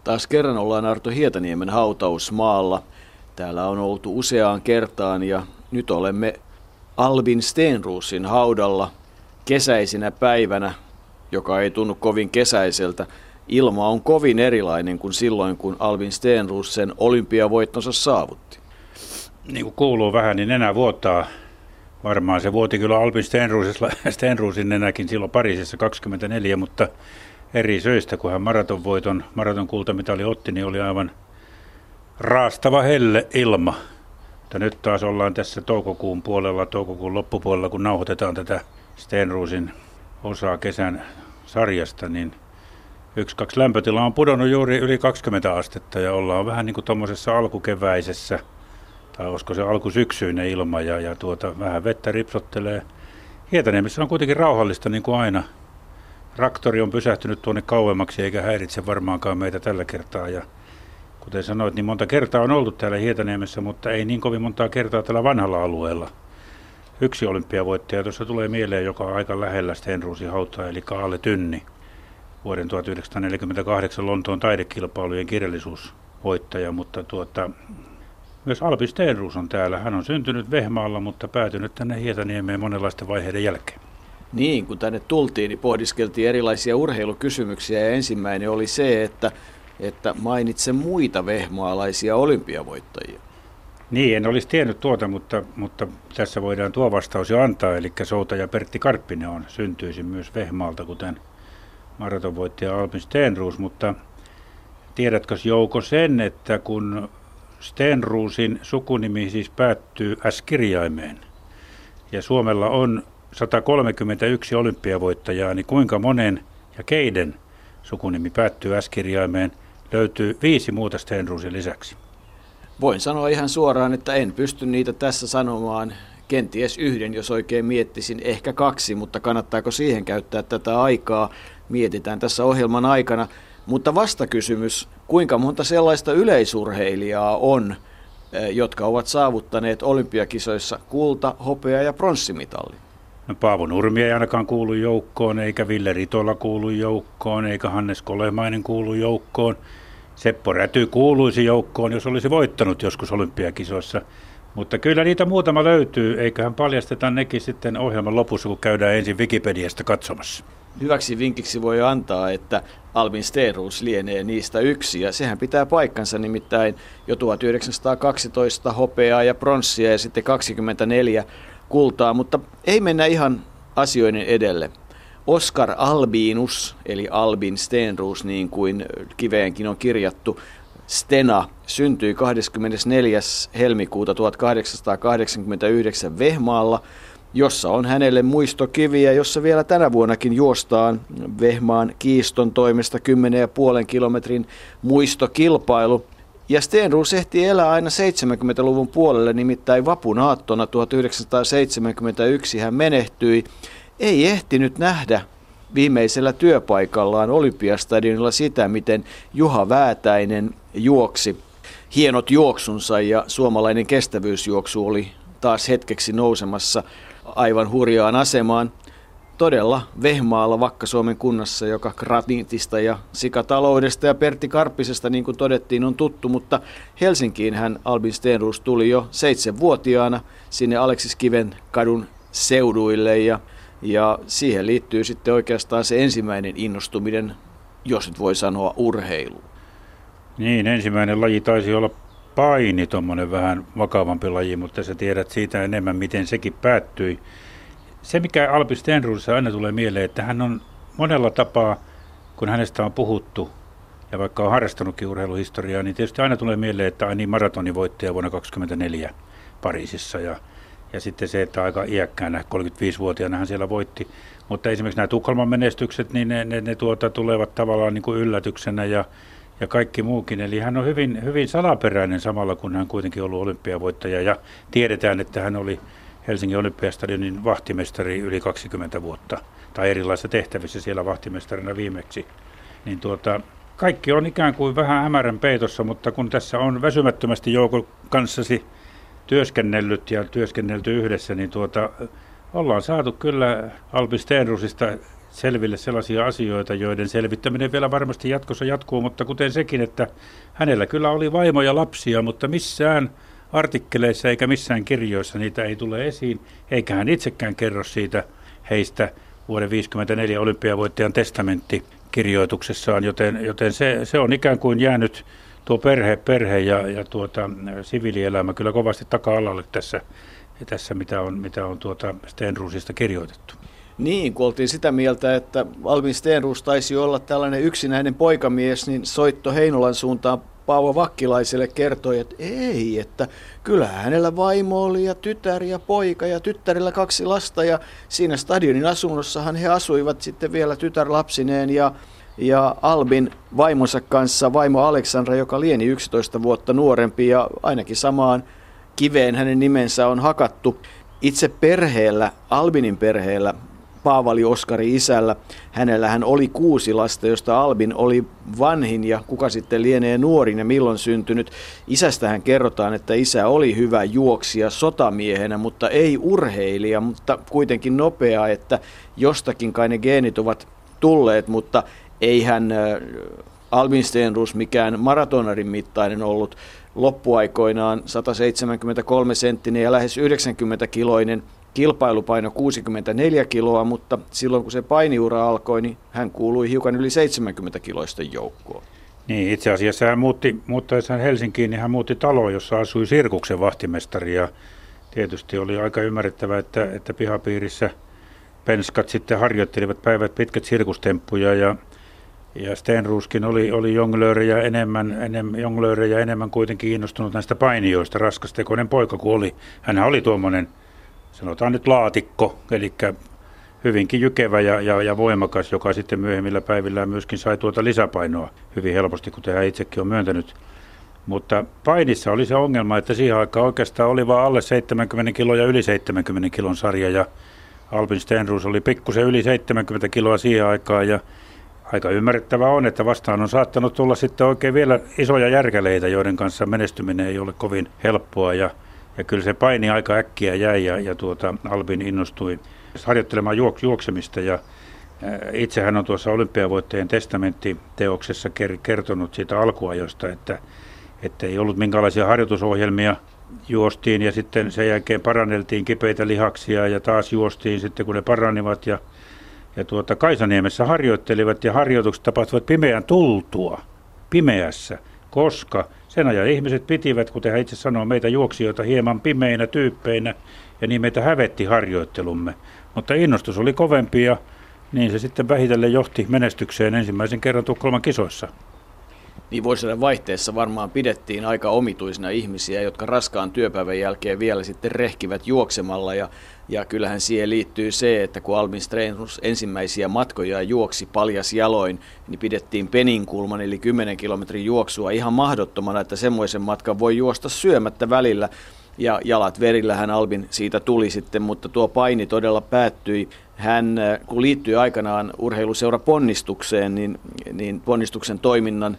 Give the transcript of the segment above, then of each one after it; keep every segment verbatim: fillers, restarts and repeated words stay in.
Taas kerran ollaan Arto Hietaniemen hautausmaalla. Täällä on oltu useaan kertaan ja nyt olemme Albin Stenroosin haudalla kesäisenä päivänä, joka ei tunnu kovin kesäiseltä. Ilma on kovin erilainen kuin silloin, kun Albin Stenroos sen olympiavoittonsa saavutti. Niin kuin kuuluu vähän, niin nenä vuotaa. Varmaan se vuoti kyllä Albin Stenroosin nenäkin silloin Pariisissa kaksikymmentäneljä, mutta eri syistä, kun hän maratonvoiton, maraton kultamitali otti, niin oli aivan raastava helle ilma. Mutta nyt taas ollaan tässä toukokuun puolella, toukokuun loppupuolella, kun nauhoitetaan tätä Stenroosin osaa kesän sarjasta, niin yksi, kaksi lämpötila on pudonnut juuri yli kaksikymmentä astetta ja ollaan vähän niin kuin tuommoisessa alkukeväisessä, tai olisiko se alkusyksyinen ilma ja, ja tuota, vähän vettä ripsottelee. Hietaniemessä on kuitenkin rauhallista niin kuin aina. Traktori on pysähtynyt tuonne kauemmaksi eikä häiritse varmaankaan meitä tällä kertaa. Ja kuten sanoit, niin monta kertaa on ollut täällä Hietaniemessä, mutta ei niin kovin montaa kertaa tällä vanhalla alueella. Yksi olympiavoittaja tuossa tulee mieleen, joka on aika lähellä Stenroosin hautaa, eli Kaale Tynni. Vuoden tuhatyhdeksänsataaneljäkymmentäkahdeksan Lontoon taidekilpailujen kirjallisuusvoittaja, mutta tuota, myös Albin Stenroos on täällä. Hän on syntynyt Vehmaalla, mutta päätynyt tänne Hietaniemeen monenlaisten vaiheiden jälkeen. Niin, kun tänne tultiin, niin pohdiskeltiin erilaisia urheilukysymyksiä ja ensimmäinen oli se, että, että mainitse muita vehmaalaisia olympiavoittajia. Niin, en olisi tiennyt tuota, mutta, mutta tässä voidaan tuo vastaus jo antaa, eli soutaja Pertti Karppinen on syntyisin myös Vehmaalta, kuten maratonvoittaja Albin Stenroos, mutta tiedätkö Jouko sen, että kun Stenroosin sukunimi siis päättyy S-kirjaimeen ja Suomella on sata kolmekymmentäyksi olympiavoittajaa, niin kuinka monen ja keiden sukunimi päättyy S-kirjaimeen, löytyy viisi muuta Stenroosin lisäksi? Voin sanoa ihan suoraan, että en pysty niitä tässä sanomaan. Kenties yhden, jos oikein miettisin, ehkä kaksi, mutta kannattaako siihen käyttää tätä aikaa? Mietitään tässä ohjelman aikana. Mutta vastakysymys, kuinka monta sellaista yleisurheilijaa on, jotka ovat saavuttaneet olympiakisoissa kulta, hopea ja pronssimitalli? No, Paavo Nurmi ei ainakaan kuulu joukkoon, eikä Ville Ritola kuulu joukkoon, eikä Hannes Kolehmainen kuulu joukkoon. Seppo Räty kuuluisi joukkoon, jos olisi voittanut joskus olympiakisoissa. Mutta kyllä niitä muutama löytyy, eiköhän paljasteta nekin sitten ohjelman lopussa, kun käydään ensin Wikipediasta katsomassa. Hyväksi vinkiksi voi antaa, että Albin Stenroos lienee niistä yksi, ja sehän pitää paikkansa, nimittäin jo tuhatyhdeksänsataakaksitoista hopeaa ja pronssia ja sitten kaksikymmentäneljä kultaa, mutta ei mennä ihan asioiden edelle. Oskar Albinus, eli Albin Stenroos, niin kuin kiveenkin on kirjattu, Stena, syntyi kahdeskymmenesneljäs helmikuuta tuhatkahdeksansataakahdeksankymmentäyhdeksän Vehmaalla, jossa on hänelle muistokiviä, jossa vielä tänä vuonnakin juostaan Vehmaan Kiiston toimesta kymmenen pilkku viisi kilometrin muistokilpailu. Ja Stenroos ehti elää aina seitsemänkymmentäluvun puolelle, nimittäin vapun aattona tuhatyhdeksänsataaseitsemänkymmentäyksi hän menehtyi. Ei ehtinyt nähdä viimeisellä työpaikallaan Olympiastadionilla sitä, miten Juha Väätäinen juoksi hienot juoksunsa ja suomalainen kestävyysjuoksu oli taas hetkeksi nousemassa aivan hurjaan asemaan. Todella Vehmaalla Vakka-Suomen kunnassa, joka granitista ja sikataloudesta ja Pertti Karppisesta, niin kuin todettiin, on tuttu, mutta Helsinkiin hän Albin Stenroos tuli jo seitsemänvuotiaana sinne Aleksis Kiven kadun seuduille ja, ja siihen liittyy sitten oikeastaan se ensimmäinen innostuminen, jos nyt voi sanoa, urheiluun. Niin, ensimmäinen laji taisi olla paini, tuommoinen vähän vakavampi laji, mutta sä tiedät siitä enemmän, miten sekin päättyi. Se, mikä Albin Stenroosissa aina tulee mieleen, että hän on monella tapaa, kun hänestä on puhuttu, ja vaikka on harrastanutkin urheiluhistoriaa, niin tietysti aina tulee mieleen, että aina maratonivoittaja vuonna kaksikymmentäneljä Pariisissa, ja, ja sitten se, että aika iäkkäänä, kolmekymmentäviisivuotiaana hän siellä voitti. Mutta esimerkiksi nämä Tukholman menestykset, niin ne, ne, ne tuota, tulevat tavallaan niin kuin yllätyksenä, ja, ja kaikki muukin. Eli hän on hyvin, hyvin salaperäinen samalla, kun hän kuitenkin ollut olympiavoittaja, ja tiedetään, että hän oli Helsingin Olympiastadionin vahtimestari yli kaksikymmentä vuotta, tai erilaisissa tehtävissä siellä vahtimestarina viimeksi. Niin tuota, kaikki on ikään kuin vähän hämärän peitossa, mutta kun tässä on väsymättömästi Jouko kanssasi työskennellyt ja työskennelty yhdessä, niin tuota, ollaan saatu kyllä Albin Stenroosista selville sellaisia asioita, joiden selvittäminen vielä varmasti jatkossa jatkuu, mutta kuten sekin, että hänellä kyllä oli vaimo ja lapsia, mutta missään artikkeleissa eikä missään kirjoissa niitä ei tule esiin, eikä hän itsekään kerro siitä heistä vuoden viisikymmentäneljä olympiavoittajan testamentti kirjoituksessaan, joten, joten se, se on ikään kuin jäänyt tuo perhe, perhe ja, ja tuota, siviilielämä kyllä kovasti taka-alalle tässä, tässä mitä on, mitä on tuota Stenroosista kirjoitettu. Niin, kun oltiin sitä mieltä, että Albin Stenroos taisi olla tällainen yksinäinen poikamies, niin soitto Heinolan suuntaan Paavo Vakkilaiselle kertoi, että ei, että kyllä hänellä vaimo oli ja tytär ja poika ja tyttärillä kaksi lasta ja siinä stadionin asunnossahan he asuivat sitten vielä tytärlapsineen ja, ja Albin vaimonsa kanssa, vaimo Aleksandra, joka lieni yksitoista vuotta nuorempi ja ainakin samaan kiveen hänen nimensä on hakattu. Itse perheellä, Albinin perheellä, Paavali Oskari isällä, hänellähän oli kuusi lasta, josta Albin oli vanhin ja kuka sitten lienee nuorin ja milloin syntynyt. Isästähän kerrotaan, että isä oli hyvä juoksija sotamiehenä, mutta ei urheilija, mutta kuitenkin nopea, että jostakin kai ne geenit ovat tulleet, mutta eihän Albin Stenroos mikään maratonarin mittainen ollut. Loppuaikoinaan sata seitsemänkymmentäkolme senttinen ja lähes yhdeksänkymmentä kiloinen. Kilpailupaino kuusikymmentäneljä kiloa, mutta silloin kun se painiura alkoi, niin hän kuului hiukan yli seitsemänkymmentä kiloisten joukkoon. Niin, itse asiassa hän muutti, muuttaessaan Helsinkiin, niin hän muutti taloon, jossa asui Sirkuksen vahtimestari. Ja tietysti oli aika ymmärrettävää, että, että pihapiirissä penskat sitten harjoittelivat päivät pitkät sirkustemppuja. Ja, ja Stenrooskin oli, oli jonglöörejä enemmän, enemmän, jonglöörejä enemmän kuitenkin kiinnostunut näistä painijoista. Raskastekoinen poika kun oli. Hänhän oli tuommoinen, sanotaan nyt laatikko, eli hyvinkin jykevä ja, ja, ja voimakas, joka sitten myöhemmillä päivillä myöskin sai tuota lisäpainoa hyvin helposti, kuten hän itsekin on myöntänyt. Mutta painissa oli se ongelma, että siihen aikaan oikeastaan oli vain alle seitsemänkymmentä kiloa ja yli seitsemänkymmentä kilon sarja, ja Albin Stenroos oli pikkusen yli seitsemänkymmentä kiloa siihen aikaan, ja aika ymmärrettävää on, että vastaan on saattanut tulla sitten oikein vielä isoja järkäleitä, joiden kanssa menestyminen ei ole kovin helppoa, ja Ja kyllä se paini aika äkkiä jäi ja, ja tuota, Albin innostui harjoittelemaan juok, juoksemista. Ja itse hän on tuossa olympiavoittajien testamenttiteoksessa kertonut siitä alkuajosta, että, että ei ollut minkälaisia harjoitusohjelmia. Juostiin ja sitten sen jälkeen paranneltiin kipeitä lihaksia ja taas juostiin sitten kun ne paranivat. Ja, ja tuota, Kaisaniemessä harjoittelivat ja harjoitukset tapahtuivat pimeän tultua, pimeässä, koska sen ajan ihmiset pitivät, kuten hän itse sanoo, meitä juoksijoita hieman pimeinä tyyppeinä, ja niin meitä hävetti harjoittelumme. Mutta innostus oli kovempi, ja niin se sitten vähitellen johti menestykseen ensimmäisen kerran Tukholman kisoissa. Niin vuosien vaihteessa varmaan pidettiin aika omituisina ihmisiä, jotka raskaan työpäivän jälkeen vielä sitten rehkivät juoksemalla. Ja, ja kyllähän siihen liittyy se, että kun Albin Stenroos ensimmäisiä matkoja juoksi paljas jaloin, niin pidettiin peninkulman eli kymmenen kilometrin juoksua ihan mahdottomana, että semmoisen matkan voi juosta syömättä välillä. Ja jalat verillähän Albin siitä tuli sitten, mutta tuo paini todella päättyi. Hän, kun liittyi aikanaan urheiluseura Ponnistukseen, niin, niin Ponnistuksen toiminnan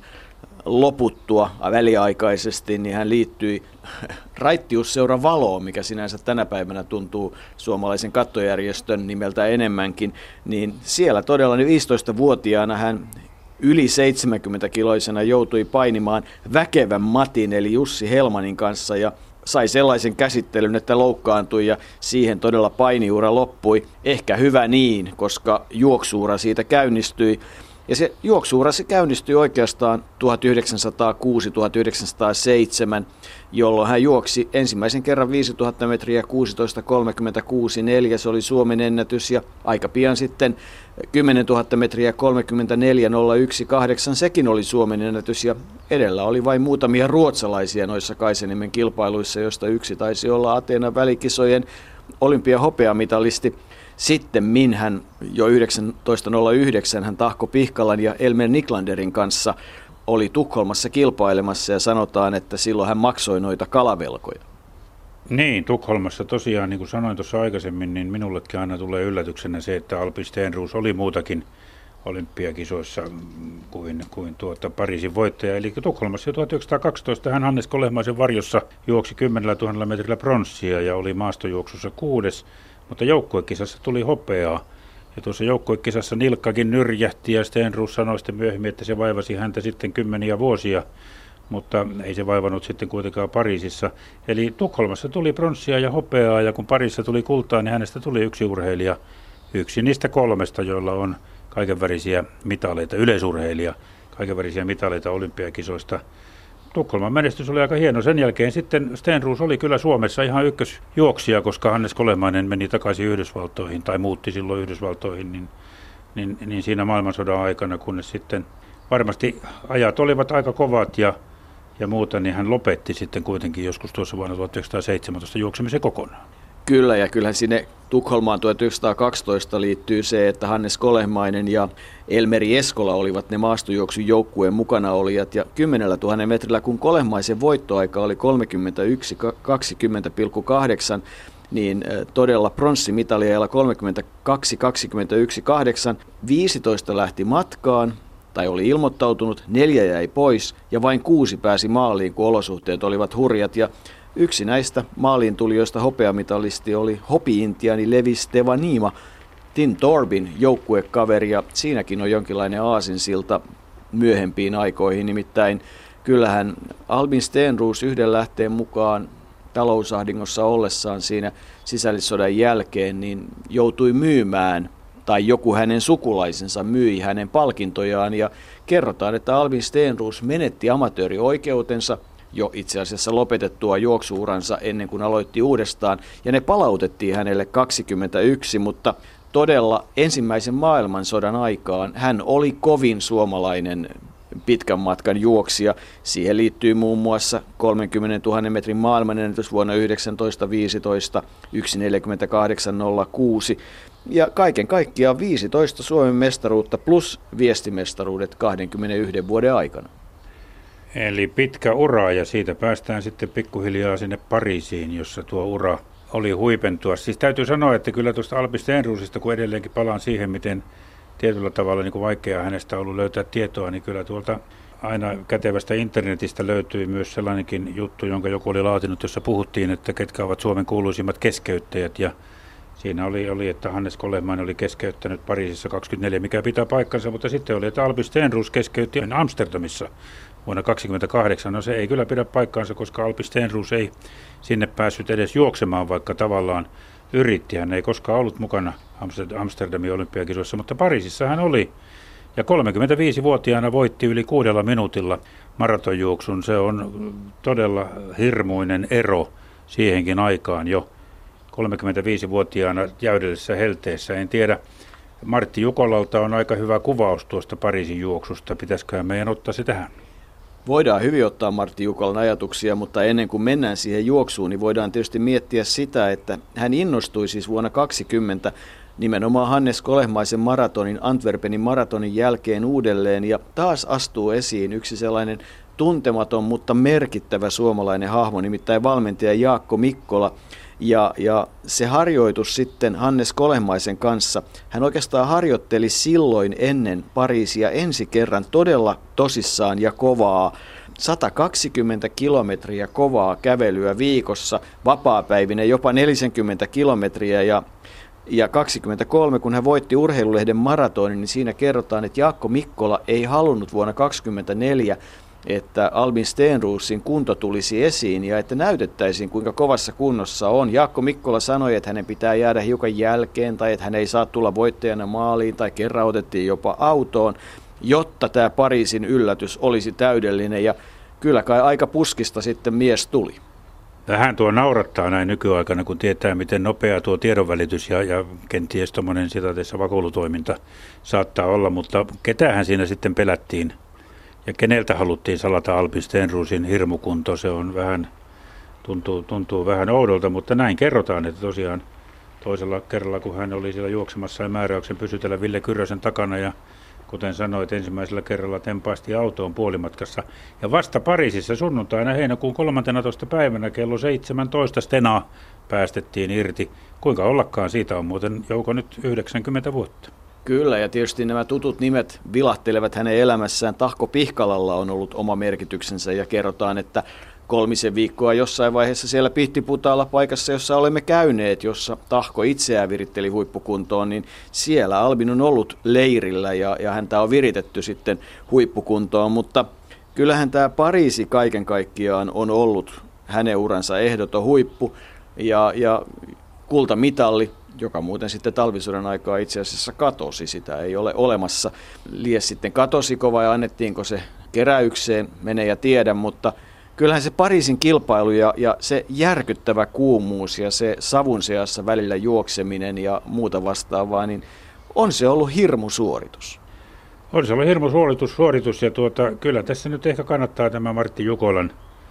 loputtua väliaikaisesti, niin hän liittyi Raittiusseura Valoon, mikä sinänsä tänä päivänä tuntuu suomalaisen kattojärjestön nimeltä enemmänkin, niin siellä todella niin viisitoistavuotiaana hän yli seitsemänkymmentä-kiloisena joutui painimaan Väkevän Matin eli Jussi Helmanin kanssa ja sai sellaisen käsittelyn, että loukkaantui ja siihen todella painiura loppui. Ehkä hyvä niin, koska juoksuura siitä käynnistyi. Ja se juoksuura se käynnistyi oikeastaan tuhatyhdeksänsataakuusi tuhatyhdeksänsataaseitsemän, jolloin hän juoksi ensimmäisen kerran viisituhatta metriä kuusitoista kolmekymmentäkuusi neljä, se oli Suomen ennätys, ja aika pian sitten kymmenentuhatta metriä kolmekymmentäneljä nolla yksi kahdeksan, sekin oli Suomen ennätys, ja edellä oli vain muutamia ruotsalaisia noissa Kaisaniemen kilpailuissa, joista yksi taisi olla Ateenan välikisojen olympiahopeamitalisti. Sitten minhän jo yhdeksäntoista nolla yhdeksän hän Tahko Pihkalan ja Elmer Niklanderin kanssa oli Tukholmassa kilpailemassa ja sanotaan, että silloin hän maksoi noita kalavelkoja. Niin, Tukholmassa tosiaan, niin kuin sanoin tuossa aikaisemmin, niin minullekin aina tulee yllätyksenä se, että Albin Stenroos oli muutakin olympiakisoissa kuin, kuin tuota Pariisin voittaja. Eli Tukholmassa jo tuhatyhdeksänsataakaksitoista hän Hannes Kolehmaisen varjossa juoksi kymmenellätuhannella metrillä pronssia ja oli maastojuoksussa kuudes. Mutta joukkuekisassa tuli hopeaa Ja tuossa joukkuekisassa nilkkakin nyrjähti ja Stenroos sanoi sitten myöhemmin, että se vaivasi häntä sitten kymmeniä vuosia, mutta ei se vaivannut sitten kuitenkaan Pariisissa. Eli Tukholmassa tuli pronssia ja hopeaa ja kun Pariisissa tuli kultaa, niin hänestä tuli yksi urheilija, yksi niistä kolmesta, joilla on kaikenvärisiä mitaleita, yleisurheilija, kaikenvärisiä mitaleita olympiakisoista. Tukholman menestys oli aika hieno. Sen jälkeen sitten Stenroos oli kyllä Suomessa ihan ykkösjuoksija, koska Hannes Kolehmainen meni takaisin Yhdysvaltoihin tai muutti silloin Yhdysvaltoihin, niin, niin, niin siinä maailmansodan aikana, kunnes sitten varmasti ajat olivat aika kovat ja, ja muuta, niin hän lopetti sitten kuitenkin joskus tuossa vuonna tuhatyhdeksänsataaseitsemäntoista juoksemisen kokonaan. Kyllä, ja kyllähän sinne Tukholmaan tuhatyhdeksänsataakaksitoista liittyy se, että Hannes Kolehmainen ja Elmeri Eskola olivat ne maastojuoksun joukkueen mukana olijat. Ja kymmenellätuhannella metrillä, kun Kolehmaisen voittoaika oli kolmekymmentäyksi kaksikymmentä pilkku kahdeksan, niin todella pronssimitaliajalla kolmekymmentäkaksi kaksikymmentäyksi kahdeksan, viisitoista lähti matkaan, tai oli ilmoittautunut, neljä jäi pois ja vain kuusi pääsi maaliin, kun olosuhteet olivat hurjat. Ja yksi näistä maaliin tulijoista hopeamitalisti oli hopi-intiaani Levi Stevanima, Tim Torbin joukkuekaveri, ja siinäkin on jonkinlainen aasinsilta myöhempiin aikoihin. Nimittäin kyllähän Albin Stenroos yhden lähteen mukaan talousahdingossa ollessaan siinä sisällissodan jälkeen niin joutui myymään, tai joku hänen sukulaisensa myi hänen palkintojaan, ja kerrotaan, että Albin Stenroos menetti amatöörioikeutensa jo itse asiassa lopetettua juoksuuransa ennen kuin aloitti uudestaan, ja ne palautettiin hänelle kaksikymmentäyksi, mutta todella ensimmäisen maailmansodan aikaan hän oli kovin suomalainen pitkän matkan juoksija. Siihen liittyy muun muassa kolmekymmentätuhatta metrin maailmanennätys vuonna yhdeksäntoista viisitoista, neljäkymmentäkahdeksan nolla kuusi, ja kaiken kaikkiaan viisitoista Suomen mestaruutta plus viestimestaruudet kaksikymmentäyhden vuoden aikana. Eli pitkä ura, ja siitä päästään sitten pikkuhiljaa sinne Pariisiin, jossa tuo ura oli huipentua. Siis täytyy sanoa, että kyllä tuosta Albin Stenroosista, kun edelleenkin palaan siihen, miten tietyllä tavalla niin kuin vaikeaa hänestä on ollut löytää tietoa, niin kyllä tuolta aina kätevästä internetistä löytyi myös sellainenkin juttu, jonka joku oli laatinut, jossa puhuttiin, että ketkä ovat Suomen kuuluisimmat keskeyttäjät, ja siinä oli, oli että Hannes Kolehmainen oli keskeyttänyt Pariisissa kaksikymmentäneljä, mikä pitää paikkansa, mutta sitten oli, että Albin Stenroos keskeytti Amsterdamissa vuonna kaksikymmentäkahdeksan. No se ei kyllä pidä paikkaansa, koska Albin Stenroos ei sinne päässyt edes juoksemaan, vaikka tavallaan yritti. Hän ei koskaan ollut mukana Amsterdamin olympiakisoissa, mutta Pariisissa hän oli. Ja kolmekymmentäviisivuotiaana voitti yli kuudella minuutilla maratonjuoksun. Se on todella hirmuinen ero siihenkin aikaan jo. kolmekymmentäviisivuotiaana jäydellisessä helteessä. En tiedä, Martti Jukolalta on aika hyvä kuvaus tuosta Pariisin juoksusta. Pitäisiköhän meidän ottaa se tähän? Voidaan hyvin ottaa Martti Jukolan ajatuksia, mutta ennen kuin mennään siihen juoksuun, niin voidaan tietysti miettiä sitä, että hän innostui siis vuonna kaksikymmentä nimenomaan Hannes Kolehmaisen maratonin, Antwerpenin maratonin jälkeen uudelleen, ja taas astuu esiin yksi sellainen tuntematon, mutta merkittävä suomalainen hahmo, nimittäin valmentaja Jaakko Mikkola. Ja, ja se harjoitus sitten Hannes Kolehmaisen kanssa, hän oikeastaan harjoitteli silloin ennen Pariisia ensi kerran todella tosissaan ja kovaa, sata kaksikymmentä kilometriä kovaa kävelyä viikossa, vapaapäivinen jopa neljäkymmentä kilometriä, ja, ja kaksikymmentäkolme, kun hän voitti Urheilulehden maratonin, niin siinä kerrotaan, että Jaakko Mikkola ei halunnut vuonna kaksikymmentäneljä, että Albin Stenroosin kunto tulisi esiin ja että näytettäisiin, kuinka kovassa kunnossa on. Jaakko Mikkola sanoi, että hänen pitää jäädä hiukan jälkeen tai että hän ei saa tulla voittajana maaliin tai kerran otettiin jopa autoon, jotta tämä Pariisin yllätys olisi täydellinen, ja kyllä kai aika puskista sitten mies tuli. Vähän tuo naurattaa näin nykyaikana, kun tietää, miten nopea tuo tiedonvälitys ja, ja kenties tuommoinen sitateessa vakoilutoiminta saattaa olla, mutta ketähän siinä sitten pelättiin? Ja keneltä haluttiin salata Albin Stenroosin hirmukunto, se on vähän, tuntuu, tuntuu vähän oudolta, mutta näin kerrotaan, että tosiaan toisella kerralla, kun hän oli siellä juoksemassa ja määräyksen pysytellä Ville Kyrösen takana, ja kuten sanoit, ensimmäisellä kerralla tempaasti autoon puolimatkassa. Ja vasta Pariisissa sunnuntaina heinäkuun kolmanteenatoista päivänä kello seitsemäntoista Stena päästettiin irti. Kuinka ollakaan, siitä on muuten Jouko nyt yhdeksänkymmentä vuotta. Kyllä, ja tietysti nämä tutut nimet vilahtelevat hänen elämässään. Tahko Pihkalalla on ollut oma merkityksensä, ja kerrotaan, että kolmisen viikkoa jossain vaiheessa siellä Pihtiputaalla paikassa, jossa olemme käyneet, jossa Tahko itseään viritteli huippukuntoon, niin siellä Albin on ollut leirillä ja, ja häntä on viritetty sitten huippukuntoon, mutta kyllähän tämä Pariisi kaiken kaikkiaan on ollut hänen uransa ehdoton huippu ja, ja kultamitalli, joka muuten sitten talvisodan aikaa itse asiassa katosi, sitä ei ole olemassa. Lies sitten katosiko vai annettiinko se keräykseen, mene ja tiedä, mutta kyllähän se Pariisin kilpailu ja, ja se järkyttävä kuumuus ja se savun seassa välillä juokseminen ja muuta vastaavaa, niin on se ollut hirmusuoritus. On se ollut hirmusuoritus suoritus, ja tuota, kyllä tässä nyt ehkä kannattaa tämä Martti Jukolan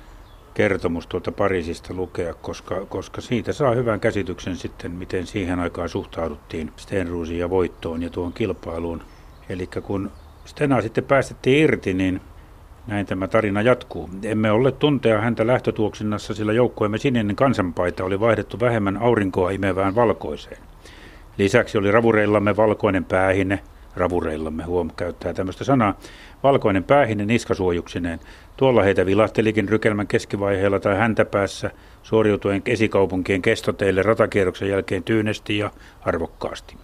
kertomus tuolta Pariisista lukea, koska, koska siitä saa hyvän käsityksen sitten, miten siihen aikaan suhtauduttiin Stenroosin ja voittoon ja tuon kilpailuun. Eli kun Stenaa sitten päästettiin irti, niin näin tämä tarina jatkuu. Emme ole tuntea häntä lähtötuoksinnassa, sillä joukkueemme sininen kansanpaita oli vaihdettu vähemmän aurinkoa imevään valkoiseen. Lisäksi oli ravureillamme valkoinen päähine, ravureillamme huom käyttää tämmöistä sanaa, valkoinen päähine niskasuojuksineen. Tuolla heitä vilahtelikin rykelmän keskivaiheella tai häntäpäässä suoriutuen esikaupunkien kestoteille ratakierroksen jälkeen tyynesti ja arvokkaasti.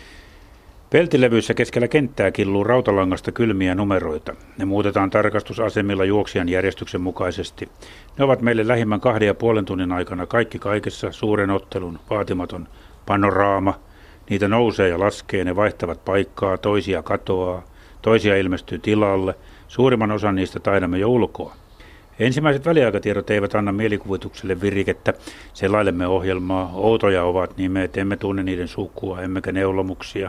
Peltilevyissä keskellä kenttää killuu rautalangasta kylmiä numeroita. Ne muutetaan tarkastusasemilla juoksijan järjestyksen mukaisesti. Ne ovat meille lähimmän kahden ja puolen tunnin aikana kaikki kaikessa suuren ottelun vaatimaton panoraama. Niitä nousee ja laskee, ne vaihtavat paikkaa, toisia katoaa, toisia ilmestyy tilalle. Suurimman osan niistä taidamme jo ulkoa. Ensimmäiset väliaikatiedot eivät anna mielikuvitukselle virikettä. Selailemme ohjelmaa. Outoja ovat nimet, emme tunne niiden sukua, emmekä neulomuksia.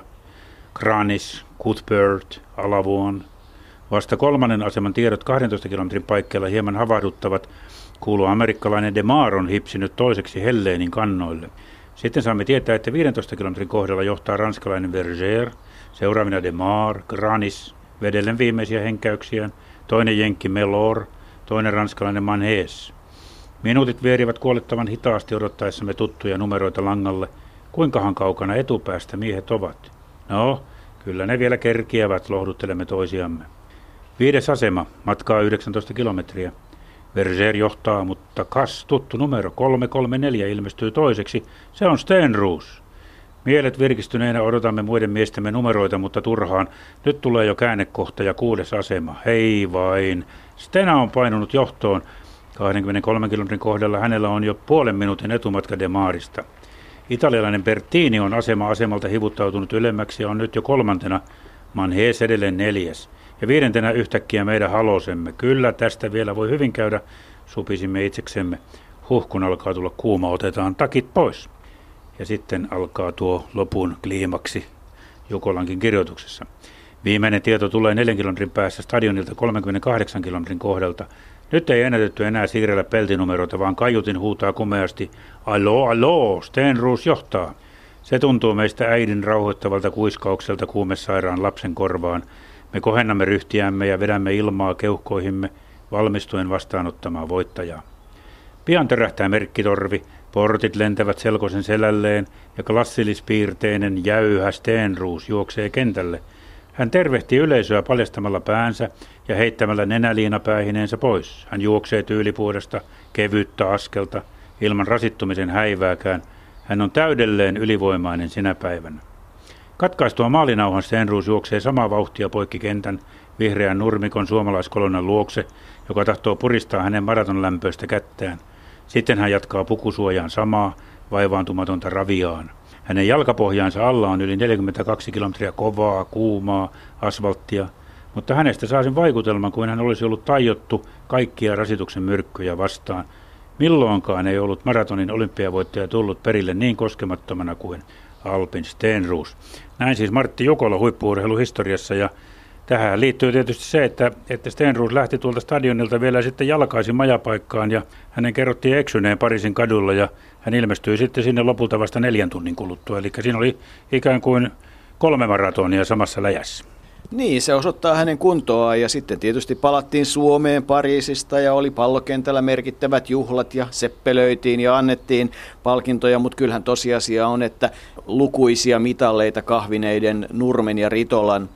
Kranis, Cuthbert, Alavuon. Vasta kolmannen aseman tiedot kahdentoista kilometrin paikkeilla hieman havahduttavat. Kuuluu amerikkalainen Demar on hipsinyt toiseksi Helleenin kannoille. Sitten saamme tietää, että viidentoista kilometrin kohdalla johtaa ranskalainen Verger, seuraavina Demar, Kranis, vedellen viimeisiä henkäyksiään, toinen jenkki Melor, toinen ranskalainen Manhes. Minuutit vierivät kuolettavan hitaasti odottaessamme tuttuja numeroita langalle. Kuinkahan kaukana etupäästä miehet ovat? No, kyllä ne vielä kerkiävät, lohduttelemme toisiamme. Viides asema, matkaa yhdeksäntoista kilometriä. Verger johtaa, mutta kas, tuttu numero kolme kolme neljä ilmestyy toiseksi. Se on Stenroos. Mielet virkistyneenä odotamme muiden miestemme numeroita, mutta turhaan. Nyt tulee jo käännekohta ja kuudes asema. Hei vain. Stena on painunut johtoon. kaksikymmentäkolme kilometrin kohdalla hänellä on jo puolen minuutin etumatka Demarista. Italialainen Bertini on asema asemalta hivuttautunut ylemmäksi ja on nyt jo kolmantena. Manhes edelleen neljäs. Ja viidentenä yhtäkkiä meidän halosemme. Kyllä tästä vielä voi hyvin käydä, supisimme itseksemme. Huh, kun alkaa tulla kuuma, otetaan takit pois. Ja sitten alkaa tuo lopun kliimaksi Jukolankin kirjoituksessa. Viimeinen tieto tulee neljän kilometrin päässä stadionilta kolmekymmentäkahdeksan kilometrin kohdalta. Nyt ei ennätetty enää siirrellä peltinumeroita, vaan kaiutin huutaa komeasti, aloo, aloo, Stenroos johtaa. Se tuntuu meistä äidin rauhoittavalta kuiskaukselta kuumesairaan lapsen korvaan. Me kohennamme ryhtiämme ja vedämme ilmaa keuhkoihimme valmistuen vastaanottamaan voittajaa. Pian törähtää merkkitorvi, portit lentävät selkosen selälleen ja klassillispiirteinen jäyhä Stenroos juoksee kentälle. Hän tervehtii yleisöä paljastamalla päänsä ja heittämällä nenäliinapäihineensä pois. Hän juoksee tyylipuhdasta, kevyttä askelta, ilman rasittumisen häivääkään. Hän on täydelleen ylivoimainen sinä päivänä. Katkaistua maalinauhan Stenroos juoksee samaa vauhtia poikki kentän vihreän nurmikon suomalaiskolonnan luokse, joka tahtoo puristaa hänen maratonlämpöistä kättään. Sitten hän jatkaa pukusuojaan samaa, vaivaantumatonta raviaan. Hänen jalkapohjaansa alla on yli neljäkymmentäkaksi kilometriä kovaa, kuumaa, asfalttia, mutta hänestä saa sen vaikutelman, kuin hän olisi ollut tajottu kaikkia rasituksen myrkkyjä vastaan. Milloinkaan ei ollut maratonin olympiavoittaja tullut perille niin koskemattomana kuin Albin Stenroos. Näin siis Martti Jukola huippu-urheiluhistoriassa, ja tähän liittyy tietysti se, että, että Stenroos lähti tuolta stadionilta vielä sitten jalkaisin majapaikkaan ja hänen kerrottiin eksyneen Pariisin kadulla ja hän ilmestyi sitten sinne lopulta vasta neljän tunnin kuluttua. Eli siinä oli ikään kuin kolme maratonia samassa läjässä. Niin, se osoittaa hänen kuntoaan ja sitten tietysti palattiin Suomeen Pariisista ja oli pallokentällä merkittävät juhlat ja seppelöitiin ja annettiin palkintoja, mutta kyllähän tosiasia on, että lukuisia mitalleita kahvineiden Nurmen ja Ritolan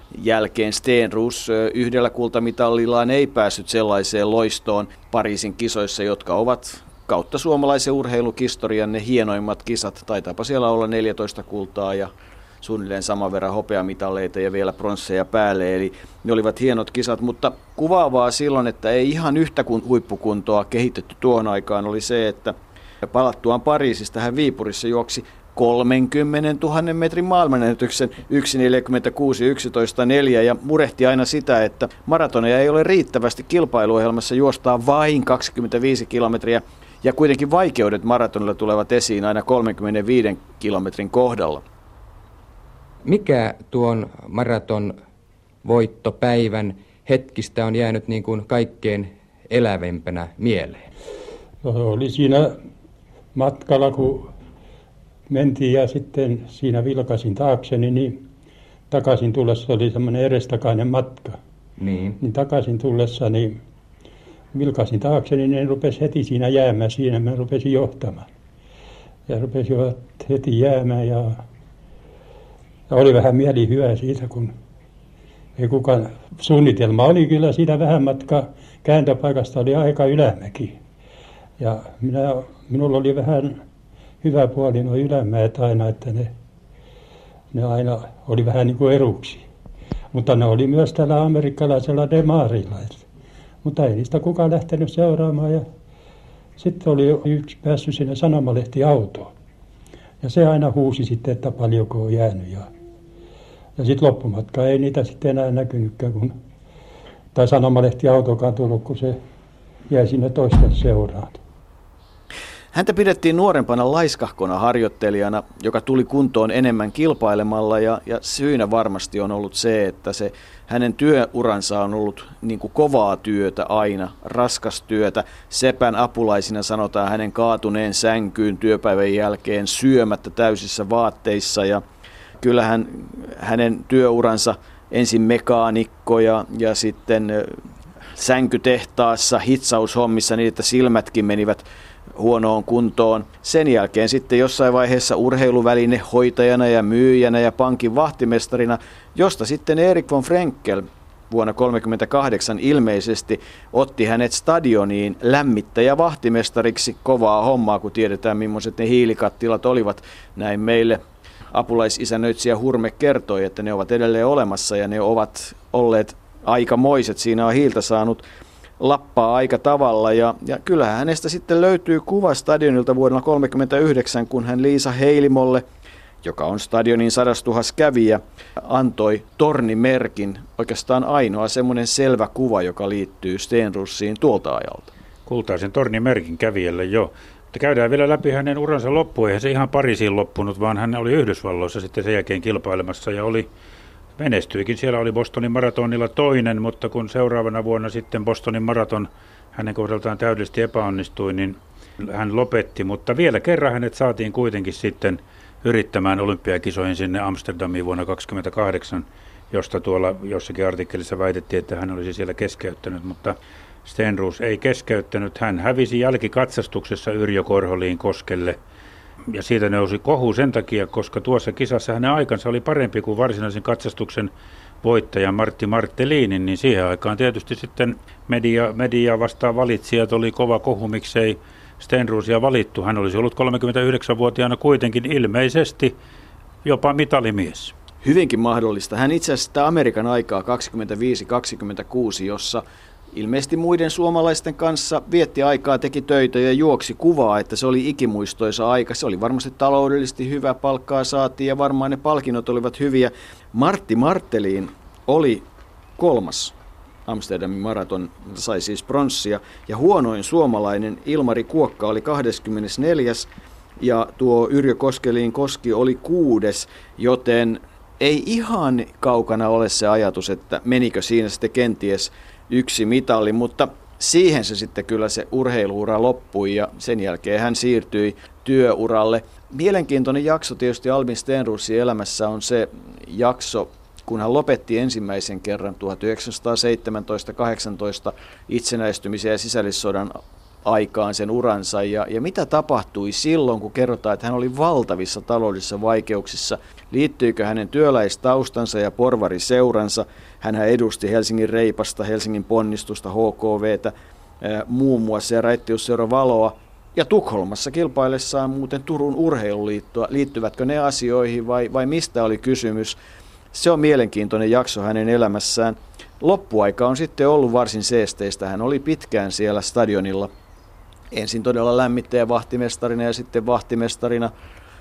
jälkeen Stenroos yhdellä kultamitallillaan ei päässyt sellaiseen loistoon Pariisin kisoissa, jotka ovat kautta suomalaisen urheilukistorian ne hienoimmat kisat. Taitaapa siellä olla neljätoista kultaa ja suunnilleen saman verran hopeamitaleita ja vielä pronsseja päälle, eli ne olivat hienot kisat, mutta kuvaavaa silloin, että ei ihan yhtä kuin huippukuntoa kehitetty tuohon aikaan, oli se, että palattuaan Pariisista hän Viipurissa juoksi kolmekymmentätuhatta metrin maailmanennätyksen yksi neljäkymmentäkuusi yksitoista neljä ja murehti aina sitä, että maratoneja ei ole riittävästi kilpailuohjelmassa juostaa vain kaksikymmentäviisi kilometriä ja kuitenkin vaikeudet maratonilla tulevat esiin aina kolmekymmentäviisi kilometrin kohdalla. Mikä tuon maraton voittopäivän hetkistä on jäänyt niin kuin kaikkein elävempänä mieleen? No, oli siinä matkalla, kun mentiin ja sitten siinä vilkasin taakseni, niin takaisin tullessa oli semmoinen edestakainen matka. Niin. Niin takaisin tullessa, niin vilkasin taakseni, niin rupesi heti siinä jäämään. Siinä mä rupesin johtamaan. Ja rupesivat heti jäämään ja, ja oli vähän mieli hyvä siitä, kun ei kukaan, suunnitelma oli kyllä siitä vähän matkaa. Kääntöpaikasta oli aika ylämäki. Ja minä, minulla oli vähän hyvä puoli nuo ylämäet aina, että ne, ne aina oli vähän niin kuin eruksi. Mutta ne oli myös tällä amerikkalaisella demarilla. Mutta ei niistä kukaan lähtenyt seuraamaan. Ja sitten oli yksi päässyt sinne sanomalehtiautoon. Ja se aina huusi sitten, että paljonko on jäänyt. Ja, ja sitten loppumatka ei niitä sitten enää näkynytkään, kun tai sanomalehtiautokaan tullut, kun se jäi sinne toisten seuraan. Häntä pidettiin nuorempana laiskahkona harjoittelijana, joka tuli kuntoon enemmän kilpailemalla ja, ja syynä varmasti on ollut se, että se hänen työuransa on ollut niin kuin kovaa työtä aina, raskas työtä. Sepän apulaisina sanotaan hänen kaatuneen sänkyyn työpäivän jälkeen syömättä täysissä vaatteissa ja kyllähän hänen työuransa ensin mekaanikko ja, ja sitten sänkytehtaassa hitsaushommissa niin, että silmätkin menivät huonoon kuntoon. Sen jälkeen sitten jossain vaiheessa urheiluvälinehoitajana ja myyjänä ja pankin vahtimestarina, josta sitten Erik von Frenkel vuonna tuhatyhdeksänsataakolmekymmentäkahdeksan ilmeisesti otti hänet stadioniin lämmittäjä-vahtimestariksi. Kovaa hommaa, kun tiedetään millaiset ne hiilikattilat olivat. Näin meille apulaisisännöitsijä Hurme kertoi, että ne ovat edelleen olemassa ja ne ovat olleet aikamoiset. Siinä on hiiltä saanut lappaa aika tavalla ja, ja kyllähän hänestä sitten löytyy kuva stadionilta vuonna tuhatyhdeksänsataakolmekymmentäyhdeksän, kun hän Liisa Heilimolle, joka on stadionin sadastuhas kävijä, antoi tornimerkin, oikeastaan ainoa semmoinen selvä kuva, joka liittyy Stenroosiin tuolta ajalta. Kultaisen tornimerkin kävijälle jo. Mutta käydään vielä läpi hänen uransa loppuun. Eihän se ihan Pariisiin loppunut, vaan hän oli Yhdysvalloissa sitten sen jälkeen kilpailemassa ja oli menestyikin. Siellä oli Bostonin maratonilla toinen, mutta kun seuraavana vuonna sitten Bostonin maraton hänen kohdaltaan täydellisesti epäonnistui, niin hän lopetti. Mutta vielä kerran hänet saatiin kuitenkin sitten yrittämään olympiakisoihin sinne Amsterdamiin vuonna tuhatyhdeksänsataakaksikymmentäkahdeksan, josta tuolla jossakin artikkelissa väitettiin, että hän olisi siellä keskeyttänyt, mutta Stenroos ei keskeyttänyt. Hän hävisi jälkikatsastuksessa Yrjö Korholiin Koskelle. Ja siitä nousi kohu sen takia, koska tuossa kisassa hänen aikansa oli parempi kuin varsinaisen katsastuksen voittaja Martti Marttelinin, niin siihen aikaan tietysti sitten media, media vastaan valitsijat oli kova kohu, miksei Stenroosia valittu. Hän olisi ollut kolmekymmentäyhdeksänvuotiaana kuitenkin ilmeisesti jopa mitalimies. Hyvinkin mahdollista. Hän itse asiassa sitä Amerikan aikaa kaksikymmentäviisi kaksikymmentäkuusi, jossa ilmeisesti muiden suomalaisten kanssa vietti aikaa, teki töitä ja juoksi kuvaa, että se oli ikimuistoisa aika. Se oli varmasti taloudellisesti hyvä, palkkaa saatiin ja varmaan ne palkinnot olivat hyviä. Martti Marttelin oli kolmas Amsterdamin maraton, sai siis pronssia, ja huonoin suomalainen Ilmari Kuokka oli kaksikymmentäneljäs ja tuo Yrjö Koskeliin Koski oli kuudes, joten ei ihan kaukana ole se ajatus, että menikö siinä sitten kenties yksi mitali, mutta siihen se sitten kyllä se urheiluura loppui ja sen jälkeen hän siirtyi työuralle. Mielenkiintoinen jakso tietysti Albin Stenroosin elämässä on se jakso, kun hän lopetti ensimmäisen kerran tuhatyhdeksänsataaseitsemäntoista kahdeksantoista itsenäistymisen ja sisällissodan aikaan sen uransa ja, ja mitä tapahtui silloin, kun kerrotaan, että hän oli valtavissa taloudellisissa vaikeuksissa. Liittyykö hänen työläistaustansa ja porvariseuransa? Hänhän edusti Helsingin Reipasta, Helsingin Ponnistusta, H K V:tä, muun muassa ja Raittiusseura Valoa. Ja Tukholmassa kilpaillessaan muuten Turun Urheiluliittoa. Liittyvätkö ne asioihin vai, vai mistä oli kysymys? Se on mielenkiintoinen jakso hänen elämässään. Loppuaika on sitten ollut varsin seesteistä. Hän oli pitkään siellä stadionilla. Ensin todella lämmittäjä-vahtimestarina ja sitten vahtimestarina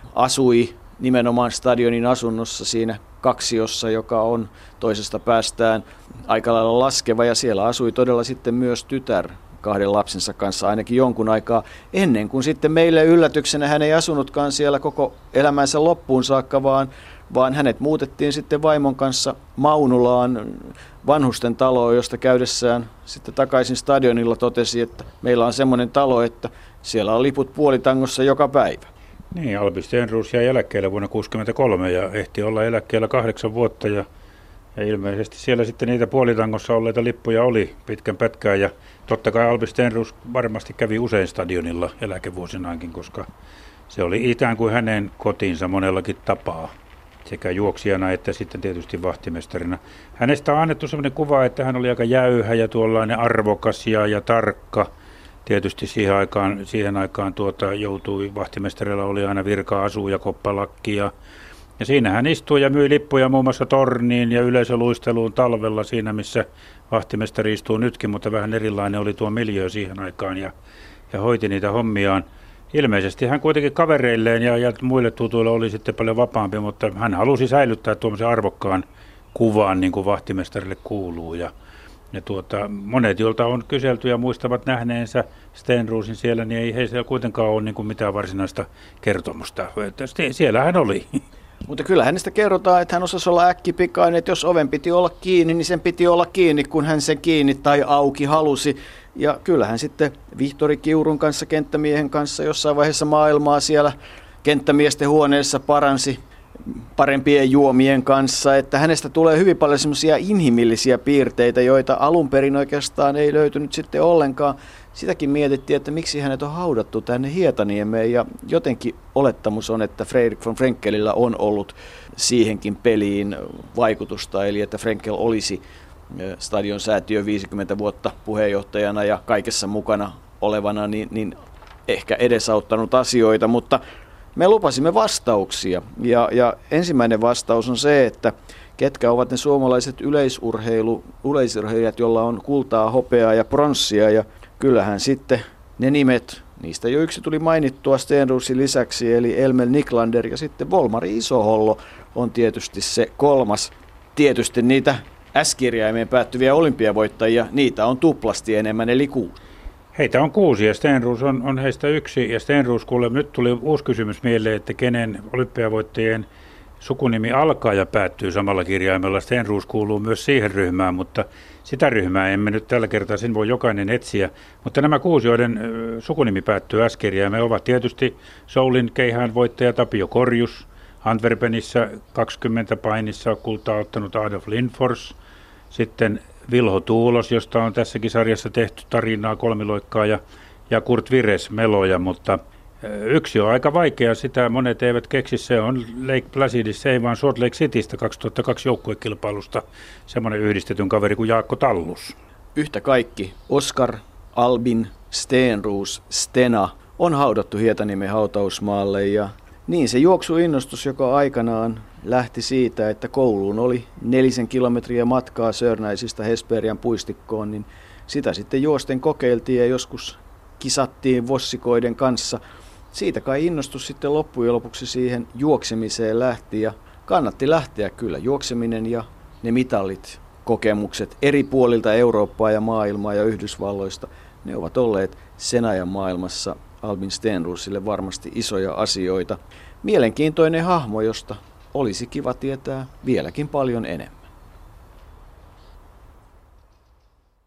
asui nimenomaan stadionin asunnossa siinä kaksiossa, joka on toisesta päästään aika lailla laskeva. Ja siellä asui todella sitten myös tytär kahden lapsensa kanssa ainakin jonkun aikaa, ennen kuin sitten meille yllätyksenä hän ei asunutkaan siellä koko elämänsä loppuun saakka, vaan, vaan hänet muutettiin sitten vaimon kanssa Maunulaan vanhusten taloon, josta käydessään sitten takaisin stadionilla totesi, että meillä on semmoinen talo, että siellä on liput puolitangossa joka päivä. Niin, Albin Stenroos jäi eläkkeelle vuonna tuhatyhdeksänsataakuusikymmentäkolme ja ehti olla eläkkeellä kahdeksan vuotta ja Ja ilmeisesti siellä sitten niitä puolitangossa olleita lippuja oli pitkän pätkään ja totta kai Albin Stenroos varmasti kävi usein stadionilla eläkevuosinaankin, koska se oli ikään kuin hänen kotiinsa monellakin tapaa, sekä juoksijana että sitten tietysti vahtimestarina. Hänestä on annettu sellainen kuva, että hän oli aika jäyhä ja tuollainen arvokas ja, ja tarkka. Tietysti siihen aikaan, siihen aikaan tuota, joutui, vahtimestarilla oli aina virka-asu ja koppalakki ja Ja siinä hän istui ja myi lippuja muun muassa torniin ja yleisöluisteluun talvella siinä, missä vahtimestari istuu nytkin, mutta vähän erilainen oli tuo miljöö siihen aikaan ja, ja hoiti niitä hommiaan. Ilmeisesti hän kuitenkin kavereilleen ja, ja muille tutuille oli sitten paljon vapaampi, mutta hän halusi säilyttää tuommoisen arvokkaan kuvan, niin kuin vahtimestarille kuuluu. Ja, ja tuota, monet, joilta on kyselty ja muistavat nähneensä Stenroosin siellä, niin ei heillä kuitenkaan ole niin kuin mitään varsinaista kertomusta. Että siellä hän oli. Mutta kyllä hänestä kerrotaan, että hän osasi olla äkkipikainen, että jos oven piti olla kiinni, niin sen piti olla kiinni, kun hän sen kiinni tai auki halusi. Ja kyllähän sitten Vihtori Kiurun kanssa, kenttämiehen kanssa, jossain vaiheessa maailmaa siellä kenttämiesten huoneessa paransi parempien juomien kanssa, että hänestä tulee hyvin paljon semmoisia inhimillisiä piirteitä, joita alun perin oikeastaan ei löytynyt sitten ollenkaan. Sitäkin mietittiin, että miksi hänet on haudattu tänne Hietaniemeen, ja jotenkin olettamus on, että Fredrik von Frenkelillä on ollut siihenkin peliin vaikutusta, eli että Frenkel olisi Stadion säätiön viisikymmentä vuotta puheenjohtajana ja kaikessa mukana olevana, niin, niin ehkä edesauttanut asioita, mutta me lupasimme vastauksia, ja, ja ensimmäinen vastaus on se, että ketkä ovat ne suomalaiset yleisurheilu, yleisurheilijat, joilla on kultaa, hopeaa ja pronssia, ja kyllähän sitten ne nimet, niistä jo yksi tuli mainittua Stenroosin lisäksi, eli Elmel Niklander ja sitten Volmari Isohollo on tietysti se kolmas. Tietysti niitä S-kirjaimeen päättyviä olympiavoittajia, niitä on tuplasti enemmän, eli kuusi. Heitä on kuusi ja Stenroos on, on heistä yksi. Ja Stenroos, kuule, nyt tuli uusi kysymys mieleen, että kenen olympiavoittajien sukunimi alkaa ja päättyy samalla kirjaimella. Stenroos kuuluu myös siihen ryhmään, mutta sitä ryhmää emme nyt tällä kertaa, sen voi jokainen etsiä. Mutta nämä kuusi, joiden sukunimi päättyy S-kirjaimeen, ovat tietysti Soulin keihään voittaja Tapio Korjus, Antwerpenissä kaksikymmentä painissa kultaa ottanut Adolf Lindfors, sitten Vilho Tuulos, josta on tässäkin sarjassa tehty tarinaa, kolmiloikkaa, ja, ja Kurt Vires meloja, mutta yksi on aika vaikea, sitä monet eivät keksi, se on Lake Placidissa, ei vaan Salt Lake Citystä kaksituhattakaksi joukkuekilpailusta, semmoinen yhdistetyn kaveri kuin Jaakko Tallus. Yhtä kaikki, Oskar, Albin, Stenroos, Stena on haudattu Hietaniemen hautausmaalle, ja niin se juoksuinnostus, joka aikanaan lähti siitä, että kouluun oli nelisen kilometriä matkaa Sörnäisistä Hesperian puistikkoon, niin sitä sitten juosten kokeiltiin ja joskus kisattiin vossikoiden kanssa. Siitä kai innostus sitten loppujen lopuksi siihen juoksemiseen lähti, ja kannatti lähteä kyllä. Juokseminen ja ne mitallit, kokemukset eri puolilta Eurooppaa ja maailmaa ja Yhdysvalloista, ne ovat olleet sen ajan maailmassa Albin Stenroosille varmasti isoja asioita. Mielenkiintoinen hahmo, josta olisi kiva tietää vieläkin paljon enemmän.